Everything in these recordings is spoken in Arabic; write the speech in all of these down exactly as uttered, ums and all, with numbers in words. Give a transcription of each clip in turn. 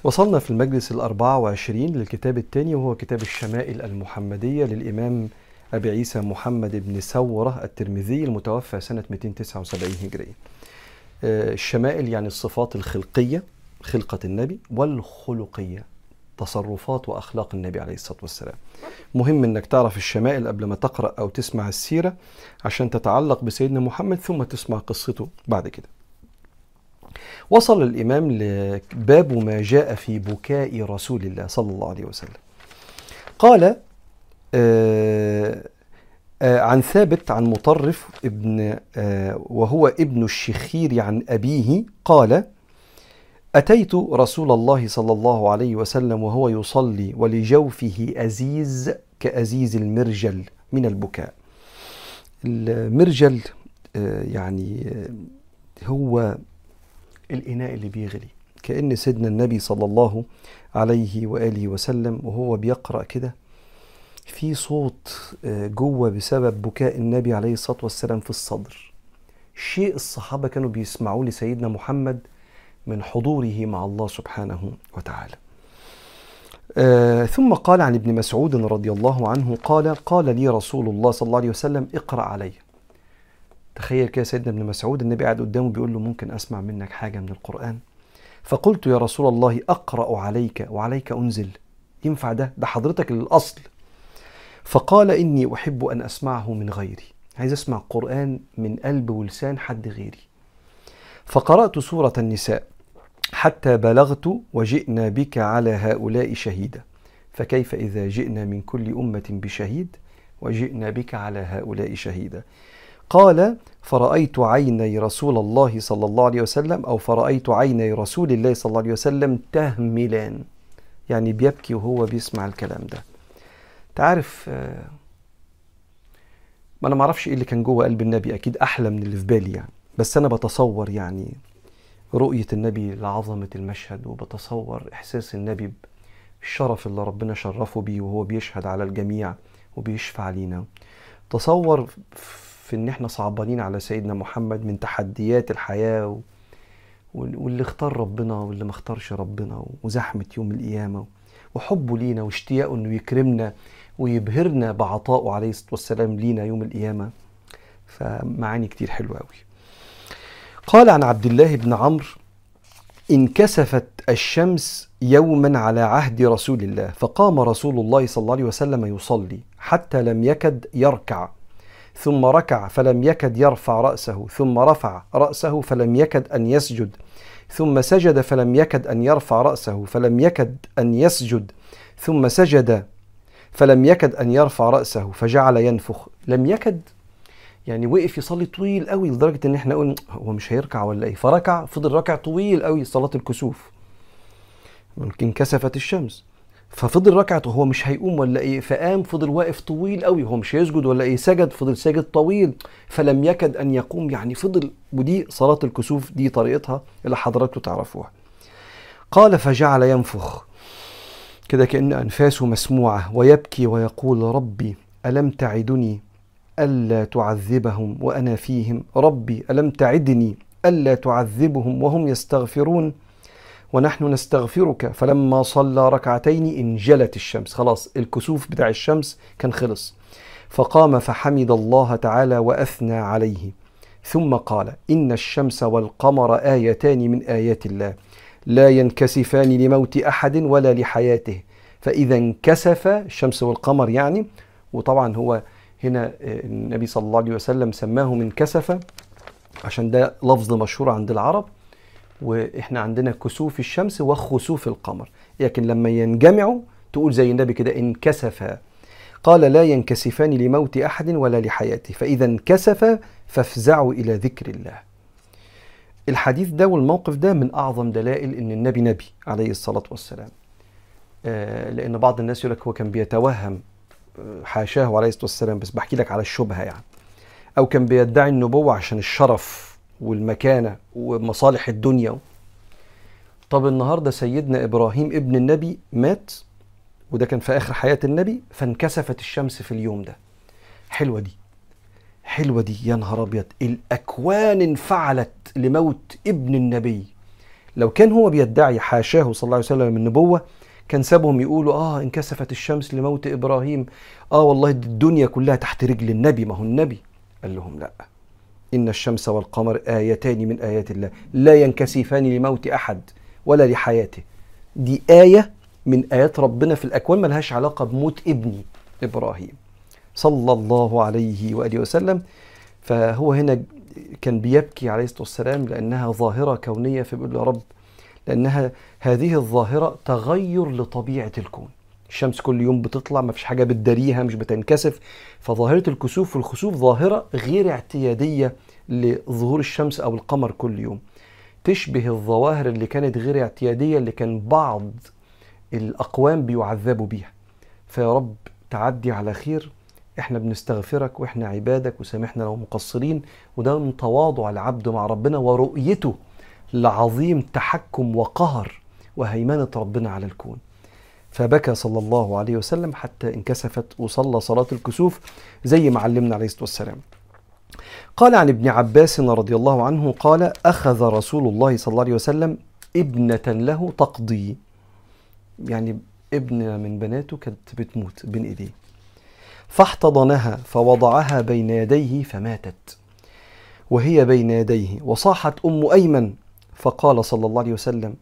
وصلنا في المجلس الأربعة وعشرين للكتاب الثاني، وهو كتاب الشمائل المحمدية للإمام أبي عيسى محمد بن سورة الترمذي المتوفى سنة مئتين وتسعة وسبعين هجرية. الشمائل يعني الصفات الخلقية، خلقة النبي، والخلقية تصرفات وأخلاق النبي عليه الصلاة والسلام. مهم أنك تعرف الشمائل قبل ما تقرأ أو تسمع السيرة عشان تتعلق بسيدنا محمد ثم تسمع قصته بعد كده. وصل الإمام لباب ما جاء في بكاء رسول الله صلى الله عليه وسلم. قال آه آه عن ثابت عن مطرف ابن آه وهو ابن الشخير عن أبيه قال: أتيت رسول الله صلى الله عليه وسلم وهو يصلي ولجوفه أزيز كأزيز المرجل من البكاء. المرجل آه يعني آه هو الإناء اللي بيغلي، كأن سيدنا النبي صلى الله عليه وآله وسلم وهو بيقرأ كده في صوت جوه بسبب بكاء النبي عليه الصلاة والسلام في الصدر. شيء الصحابة كانوا بيسمعوا لسيدنا محمد من حضوره مع الله سبحانه وتعالى. آه ثم قال عن ابن مسعود رضي الله عنه قال: قال لي رسول الله صلى الله عليه وسلم: اقرأ علي. تخيل كده سيدنا ابن مسعود النبي قاعد قدامه بيقول له: ممكن أسمع منك حاجة من القرآن؟ فقلت: يا رسول الله أقرأ عليك وعليك أنزل، ينفع ده؟ ده حضرتك الأصل. فقال: إني أحب أن أسمعه من غيري، عايز أسمع قرآن من قلب ولسان حد غيري. فقرأت سورة النساء حتى بلغت: وجئنا بك على هؤلاء شهيدا، فكيف إذا جئنا من كل أمة بشهيد وجئنا بك على هؤلاء شهيدا. قال: فرأيت عيني رسول الله صلى الله عليه وسلم أو فرأيت عيني رسول الله صلى الله عليه وسلم تهملان، يعني بيبكي وهو بيسمع الكلام ده. تعرف آه ما أنا معرفش إيه اللي كان جوه قلب النبي، أكيد أحلى من اللي في بالي يعني، بس أنا بتصور يعني رؤية النبي لعظمة المشهد، وبتصور إحساس النبي بالشرف اللي ربنا شرفه بيه وهو بيشهد على الجميع وبيشفع لينا. تصور في ان احنا صعبانين على سيدنا محمد من تحديات الحياة، واللي اختار ربنا واللي ما اختارش ربنا، وزحمة يوم القيامة، وحبه لينا واشتياقه انه يكرمنا ويبهرنا بعطائه عليه الصلاة والسلام لينا يوم القيامة. فمعاني كتير حلوة قوي. قال عن عبد الله بن عمرو: انكسفت الشمس يوما على عهد رسول الله، فقام رسول الله صلى الله عليه وسلم يصلي حتى لم يكد يركع، ثم ركع فلم يكد يرفع رأسه، ثم رفع رأسه فلم يكد أن يسجد، ثم سجد فلم يكد أن يرفع رأسه، فلم يكد أن يسجد، ثم سجد فلم يكد أن يرفع رأسه، فجعل ينفخ. لم يكد يعني وقف يصلي طويل قوي لدرجة ان احنا قلنا هو مش هيركع ولا ايه، فركع، فضل ركع طويل قوي، صلاة الكسوف ممكن كسفت الشمس، ففضل ركعته هو مش هيقوم ولا ايه، فقام فضل واقف طويل قوي، هو مش هيسجد ولا ايه، سجد، فضل ساجد طويل، فلم يكد ان يقوم، يعني فضل. ودي صلاة الكسوف دي طريقتها اللي حضراتكم تعرفوها. قال: فجعل ينفخ كده كأن أنفاسه مسموعة، ويبكي ويقول: ربي ألم تعدني ألا تعذبهم وأنا فيهم، ربي ألم تعدني ألا تعذبهم وهم يستغفرون ونحن نستغفرك. فلما صلى ركعتين انجلت الشمس، خلاص الكسوف بتاع الشمس كان خلص. فقام فحمد الله تعالى وأثنى عليه، ثم قال: إن الشمس والقمر آيتان من آيات الله لا ينكسفان لموت أحد ولا لحياته، فإذا انكسف الشمس والقمر يعني، وطبعا هو هنا النبي صلى الله عليه وسلم سماه من كسف عشان ده لفظ مشهور عند العرب، واحنا عندنا كسوف الشمس وخسوف القمر، لكن لما ينجمعوا تقول زي النبي كده انكسفا. قال: لا ينكسفان لموت أحد ولا لحياته، فإذا انكسف فافزعوا إلى ذكر الله. الحديث ده والموقف ده من أعظم دلائل إن النبي نبي عليه الصلاة والسلام، آه لأن بعض الناس يقول لك هو كان بيتوهم، حاشاه عليه الصلاة والسلام، بس بحكي لك على الشبهة يعني، أو كان بيدعي النبوة عشان الشرف والمكانة ومصالح الدنيا. طب النهاردة سيدنا إبراهيم ابن النبي مات، وده كان في آخر حياة النبي، فانكسفت الشمس في اليوم ده. حلوة دي، حلوة دي، يا نهار أبيض، الأكوان انفعلت لموت ابن النبي، لو كان هو بيدعي حاشاه صلى الله عليه وسلم النبوة كان سابهم يقولوا اه انكسفت الشمس لموت إبراهيم، اه والله الدنيا كلها تحت رجل النبي، ما هو النبي. قال لهم لا، إن الشمس والقمر آيتان من آيات الله لا ينكسفان لموت أحد ولا لحياته. دي آية من آيات ربنا في الأكوان، ملهاش علاقة بموت ابني إبراهيم صلى الله عليه وآله وسلم. فهو هنا كان بيبكي عليه الصلاة والسلام لأنها ظاهرة كونية، فبيقول يا رب لأنها هذه الظاهرة تغير لطبيعة الكون. الشمس كل يوم بتطلع، ما فيش حاجة بتداريها، مش بتنكسف. فظاهرة الكسوف والخسوف ظاهرة غير اعتيادية لظهور الشمس أو القمر كل يوم، تشبه الظواهر اللي كانت غير اعتيادية اللي كان بعض الأقوام بيعذبوا بيها. فيا رب تعدي على خير، احنا بنستغفرك واحنا عبادك وسامحنا لو مقصرين. وده من تواضع العبد مع ربنا ورؤيته لعظيم تحكم وقهر وهيمنة ربنا على الكون. فبكى صلى الله عليه وسلم حتى انكسفت وصلى صلاة الكسوف زي ما علمنا عليه الصلاة والسلام. قال عن ابن عباس رضي الله عنه قال أخذ رسول الله صلى الله عليه وسلم ابنة له تقضي، يعني ابنة من بناته كانت بتموت بين ايديه، فاحتضنها فوضعها بين يديه فماتت وهي بين يديه، وصاحت أم أيمن فقال صلى الله عليه وسلم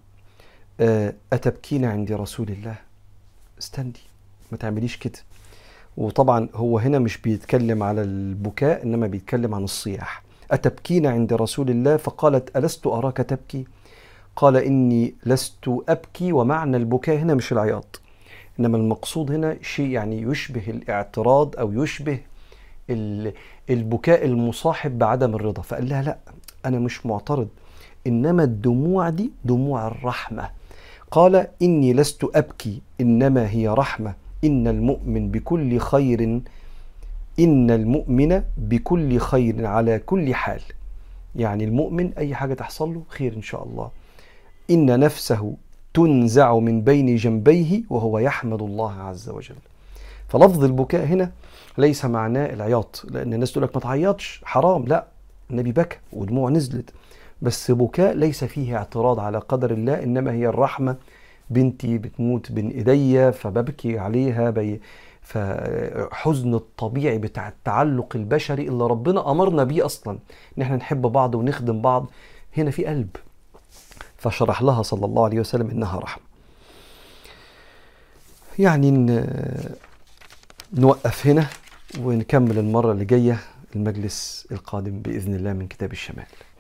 أتبكين عند رسول الله؟ استندي، ما تعمليش كده. وطبعا هو هنا مش بيتكلم على البكاء إنما بيتكلم عن الصياح. أتبكين عند رسول الله؟ فقالت ألست أراك تبكي؟ قال إني لست أبكي. ومعنى البكاء هنا مش العياط، إنما المقصود هنا شيء يعني يشبه الاعتراض أو يشبه البكاء المصاحب بعدم الرضا. فقال لها لا، أنا مش معترض، إنما الدموع دي دموع الرحمة. قال إني لست أبكي إنما هي رحمة، إن المؤمن بكل خير إن المؤمن بكل خير على كل حال. يعني المؤمن أي حاجة تحصل له خير إن شاء الله. إن نفسه تنزع من بين جنبيه وهو يحمد الله عز وجل. فلفظ البكاء هنا ليس معناه العياط، لأن الناس تقول لك ما تعيطش حرام، لا، النبي بكى ودموع نزلت، بس بكاء ليس فيه اعتراض على قدر الله، إنما هي الرحمة. بنتي بتموت بين إيديا فببكي عليها، بي فحزن الطبيعي بتاع التعلق البشري اللي ربنا أمرنا بيه أصلا إن احنا نحب بعض ونخدم بعض، هنا في قلب. فشرح لها صلى الله عليه وسلم إنها رحمة. يعني نوقف هنا ونكمل المرة اللي جاية المجلس القادم بإذن الله من كتاب الشمائل.